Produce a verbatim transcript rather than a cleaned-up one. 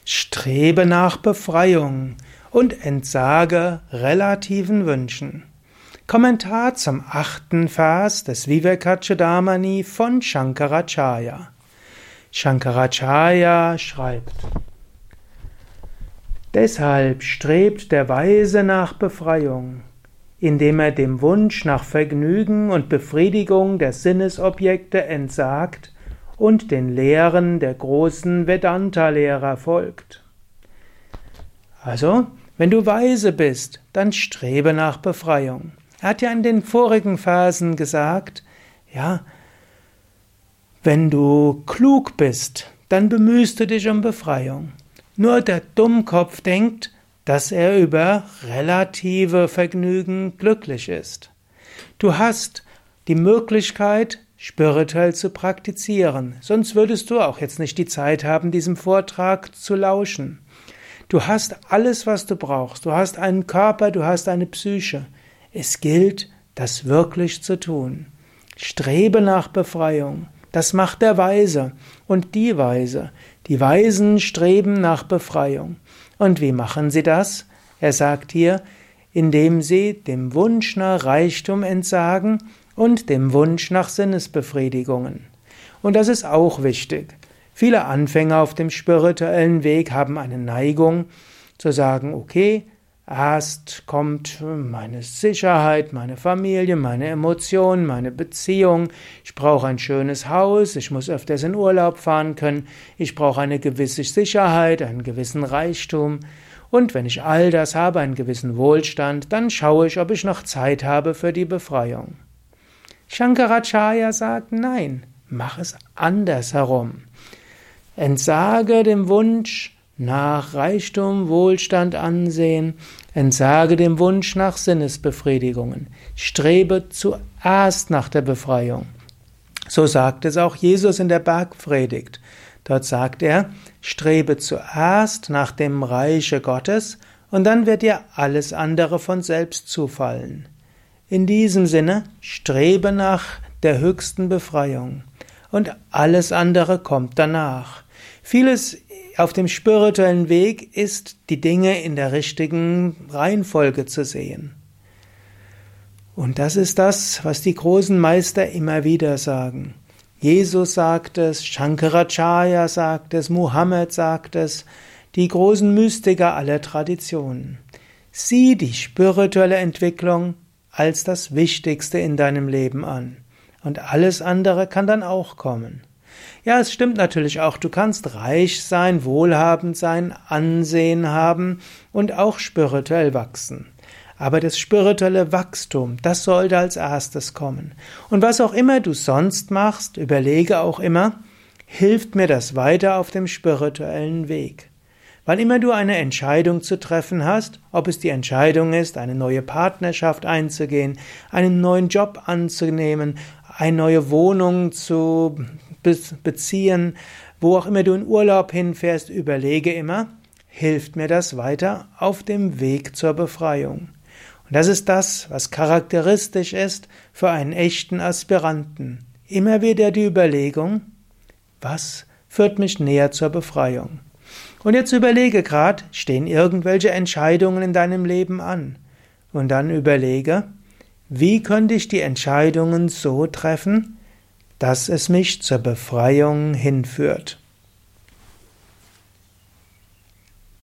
Strebe nach Befreiung und entsage relativen Wünschen. Kommentar zum achten Vers des Vivekachudamani von Shankaracharya. Shankaracharya schreibt: Deshalb strebt der Weise nach Befreiung, indem er dem Wunsch nach Vergnügen und Befriedigung der Sinnesobjekte entsagt und den Lehren der großen Vedanta-Lehrer folgt. Also, wenn du weise bist, dann strebe nach Befreiung. Er hat ja in den vorigen Versen gesagt, ja, wenn du klug bist, dann bemühst du dich um Befreiung. Nur der Dummkopf denkt, dass er über relative Vergnügen glücklich ist. Du hast die Möglichkeit, spirituell zu praktizieren, sonst würdest du auch jetzt nicht die Zeit haben, diesem Vortrag zu lauschen. Du hast alles, was du brauchst. Du hast einen Körper, du hast eine Psyche. Es gilt, das wirklich zu tun. Strebe nach Befreiung. Das macht der Weise und die Weise. Die Weisen streben nach Befreiung. Und wie machen sie das? Er sagt hier, indem sie dem Wunsch nach Reichtum entsagen und dem Wunsch nach Sinnesbefriedigungen. Und das ist auch wichtig. Viele Anfänger auf dem spirituellen Weg haben eine Neigung zu sagen, okay, erst kommt meine Sicherheit, meine Familie, meine Emotionen, meine Beziehung. Ich brauche ein schönes Haus, ich muss öfters in Urlaub fahren können, ich brauche eine gewisse Sicherheit, einen gewissen Reichtum. Und wenn ich all das habe, einen gewissen Wohlstand, dann schaue ich, ob ich noch Zeit habe für die Befreiung. Shankaracharya sagt, nein, mach es andersherum. Entsage dem Wunsch nach Reichtum, Wohlstand, Ansehen, entsage dem Wunsch nach Sinnesbefriedigungen. Strebe zuerst nach der Befreiung. So sagt es auch Jesus in der Bergpredigt. Dort sagt er, strebe zuerst nach dem Reiche Gottes und dann wird dir alles andere von selbst zufallen. In diesem Sinne, strebe nach der höchsten Befreiung und alles andere kommt danach. Vieles auf dem spirituellen Weg ist, die Dinge in der richtigen Reihenfolge zu sehen. Und das ist das, was die großen Meister immer wieder sagen. Jesus sagt es, Shankaracharya sagt es, Muhammad sagt es, die großen Mystiker aller Traditionen. Sieh die spirituelle Entwicklung als das Wichtigste in deinem Leben an. Und alles andere kann dann auch kommen. Ja, es stimmt natürlich auch, du kannst reich sein, wohlhabend sein, Ansehen haben und auch spirituell wachsen. Aber das spirituelle Wachstum, das sollte als erstes kommen. Und was auch immer du sonst machst, überlege auch immer, hilft mir das weiter auf dem spirituellen Weg? Wann immer du eine Entscheidung zu treffen hast, ob es die Entscheidung ist, eine neue Partnerschaft einzugehen, einen neuen Job anzunehmen, eine neue Wohnung zu beziehen, wo auch immer du in Urlaub hinfährst, überlege immer, hilft mir das weiter auf dem Weg zur Befreiung? Und das ist das, was charakteristisch ist für einen echten Aspiranten. Immer wieder die Überlegung, was führt mich näher zur Befreiung? Und jetzt überlege gerade, stehen irgendwelche Entscheidungen in deinem Leben an? Und dann überlege, wie könnte ich die Entscheidungen so treffen, dass es mich zur Befreiung hinführt?